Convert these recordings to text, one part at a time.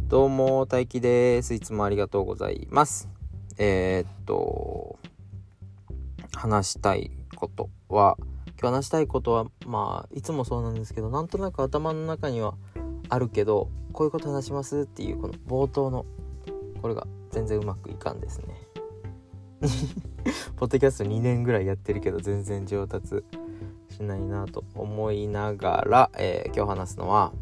どうも大輝です。いつもありがとうございます。話したいことはいつもそうなんですけど、なんとなく頭の中にはあるけど、こういうこと話しますっていうこの冒頭のこれが全然うまくいかんですね。ポッドキャスト2年ぐらいやってるけど全然上達しないなと思いながら、今日話すのは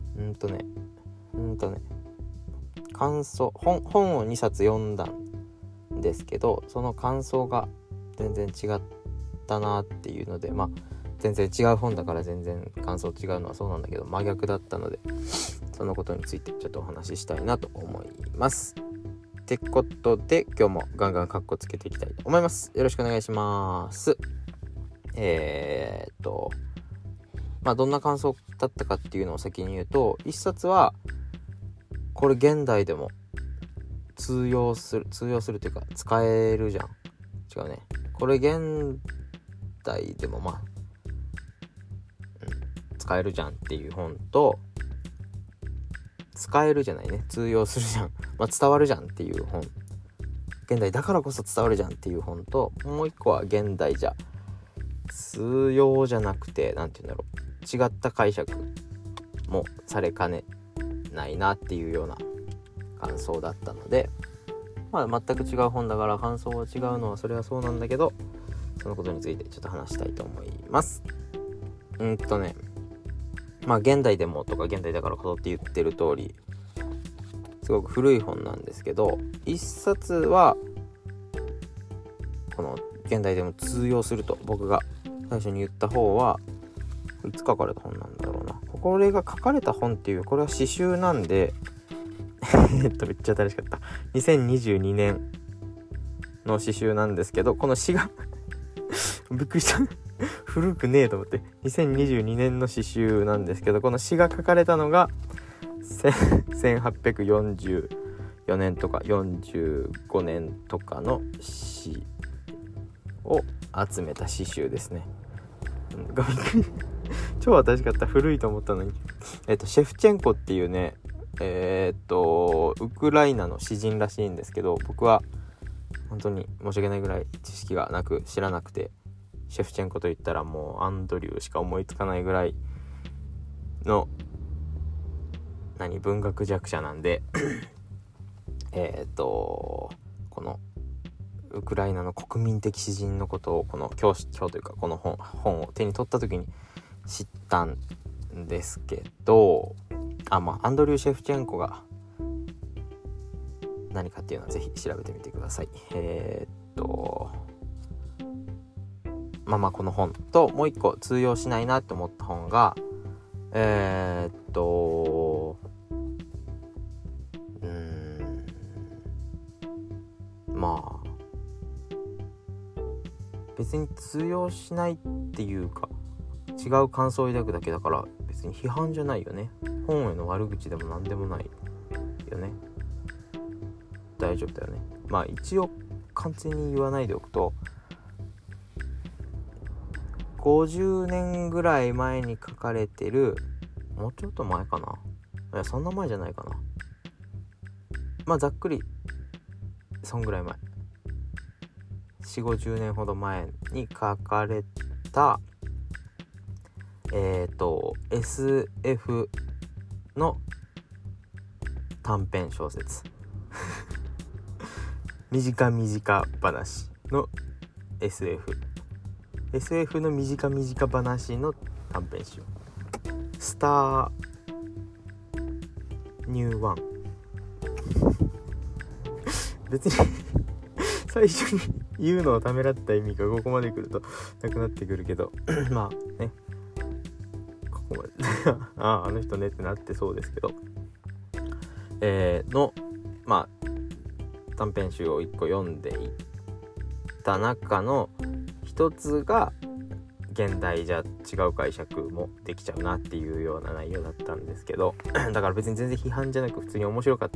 感想、本を2冊読んだんですけど、その感想が全然違ったなっていうので、全然違う本だから全然感想違うのはそうなんだけど、真逆だったので、そのことについてちょっとお話ししたいなと思います。ってことで今日もガンガンカッコつけていきたいと思います。よろしくお願いします。どんな感想だったかっていうのを先に言うと、一冊はこれ現代でも通用するというか使えるじゃん。違うね。これ現代でも使えるじゃんっていう本と、使えるじゃないね、通用するじゃん、伝わるじゃんっていう本、現代だからこそ伝わるじゃんっていう本と、もう一個は現代じゃ通用じゃなくて違った解釈もされかねないなっていうような感想だったので、全く違う本だから感想が違うのはそれはそうなんだけど、そのことについてちょっと話したいと思います。現代でもとか現代だからこそって言ってる通り、すごく古い本なんですけど、一冊はこの現代でも通用すると僕が最初に言った方は、いつ書かれた本なんだろうな。これが書かれた本っていう、これは詩集なんでめっちゃ新しかった。2022年の詩集なんですけど、この詩がびっくりした古くねえと思って。2022年の詩集なんですけど、この詩が書かれたのが1844年とか45年とかの詩を集めた詩集ですね。超新しかった。古いと思ったのに。シェフチェンコっていうね、ウクライナの詩人らしいんですけど、僕は本当に申し訳ないぐらい知識がなく知らなくて、シェフチェンコといったらもうアンドリューしか思いつかないぐらいの文学弱者なんでこのウクライナの国民的詩人のことをこの今日というかこの本を手に取った時に知ったんですけど、アンドリュー・シェフチェンコが何かっていうのはぜひ調べてみてください。この本と、もう一個通用しないなって思った本が別に通用しないっていうか、違う感想を抱くだけだから別に批判じゃないよね。本への悪口でも何でもないよね。大丈夫だよね。一応完全に言わないでおくと、50年ぐらい前に書かれてる、もうちょっと前かな、いやそんな前じゃないかな、ざっくりそんぐらい前、40-50年ほど前に書かれたSF の短編小説短話の SF の短話の短編集、スターニューワン別に最初に言うのをためらった意味がここまで来るとなくなってくるけどここまであの人ねってなってそうですけど、短編集を1個読んでいった中の一つが、現代じゃ違う解釈もできちゃうなっていうような内容だったんですけどだから別に全然批判じゃなく普通に面白かった。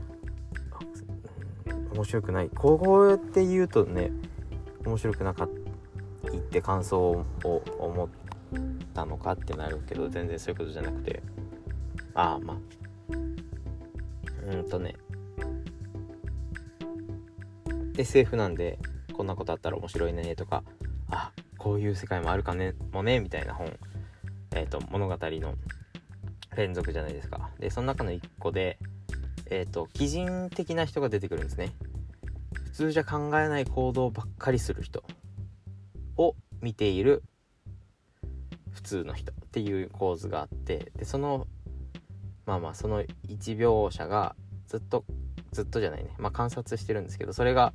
面白くない、こうやって言うとね面白くなかったって感想を思ったのかってなるけど、全然そういうことじゃなくて、 SF なんでこんなことあったら面白いねとか、あ、こういう世界もあるかねもねみたいな本、物語の連続じゃないですか。でその中の一個で奇人的な人が出てくるんですね。普通じゃ考えない行動ばっかりする人を見ている普通の人っていう構図があって、でそのその一描写がずっとじゃないね、観察してるんですけど、それが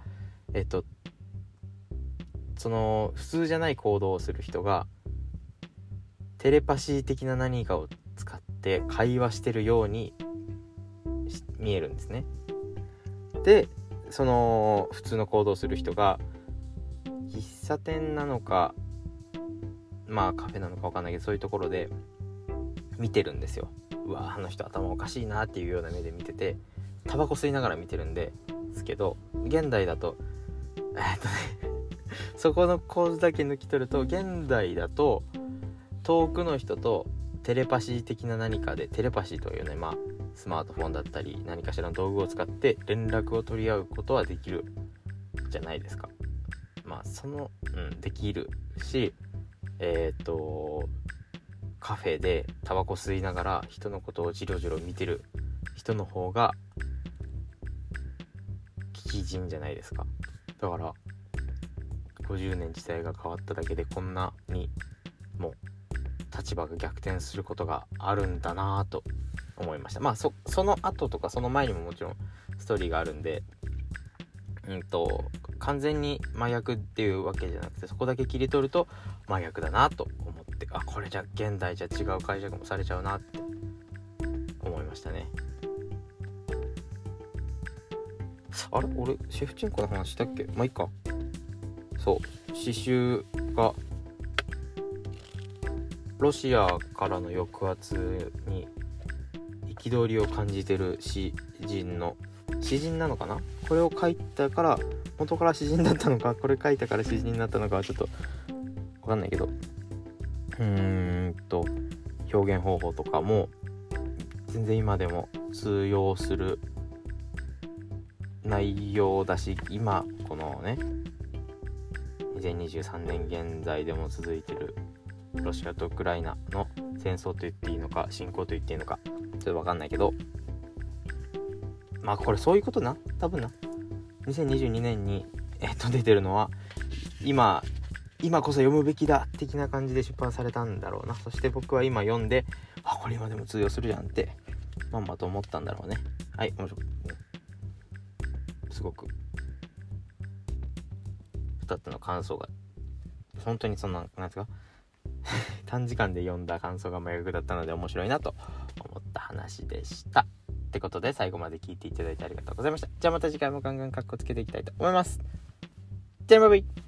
その普通じゃない行動をする人がテレパシー的な何かを使って会話してるように見えるんですね。でその普通の行動をする人が喫茶店なのかカフェなのか分かんないけど、そういうところで見てるんですよ。うわ、あの人頭おかしいなっていうような目で見てて、タバコ吸いながら見てるんですけど、現代だとそこの構図だけ抜き取ると、現代だと遠くの人とテレパシー的な何かで、テレパシーというね、スマートフォンだったり何かしらの道具を使って連絡を取り合うことはできるじゃないですか。できるし、カフェでタバコ吸いながら人のことをじろじろ見てる人の方が奇人じゃないですか。だから50年時代が変わっただけでこんなにもう立場が逆転することがあるんだなと思いました。その後とかその前にももちろんストーリーがあるんで、完全に真逆っていうわけじゃなくて、そこだけ切り取ると真逆だなと思って、これじゃ現代じゃ違う解釈もされちゃうなって思いましたね。あれ、俺シェフチェンコの話したっけ？いいか。そう、刺繍がロシアからの抑圧に憤りを感じてる詩人なのかな、これを書いたから元から詩人だったのか、これ書いたから詩人になったのかはちょっと分かんないけど、表現方法とかも全然今でも通用する内容だし、今このね2023年現在でも続いてるロシアとウクライナの戦争と言っていいのか侵攻と言っていいのかちょっと分かんないけど、これそういうことな、多分な、2022年に出てるのは今こそ読むべきだ的な感じで出版されたんだろうな。そして僕は今読んで、これ今でも通用するじゃんってと思ったんだろうね。はい、面白い。すごく2つの感想が本当にそんな、なんですか短時間で読んだ感想が真逆だったので面白いなと思った話でしたってことで、最後まで聞いていただいてありがとうございました。じゃあまた次回もガンガンカッコつけていきたいと思います。じゃあバイバイ。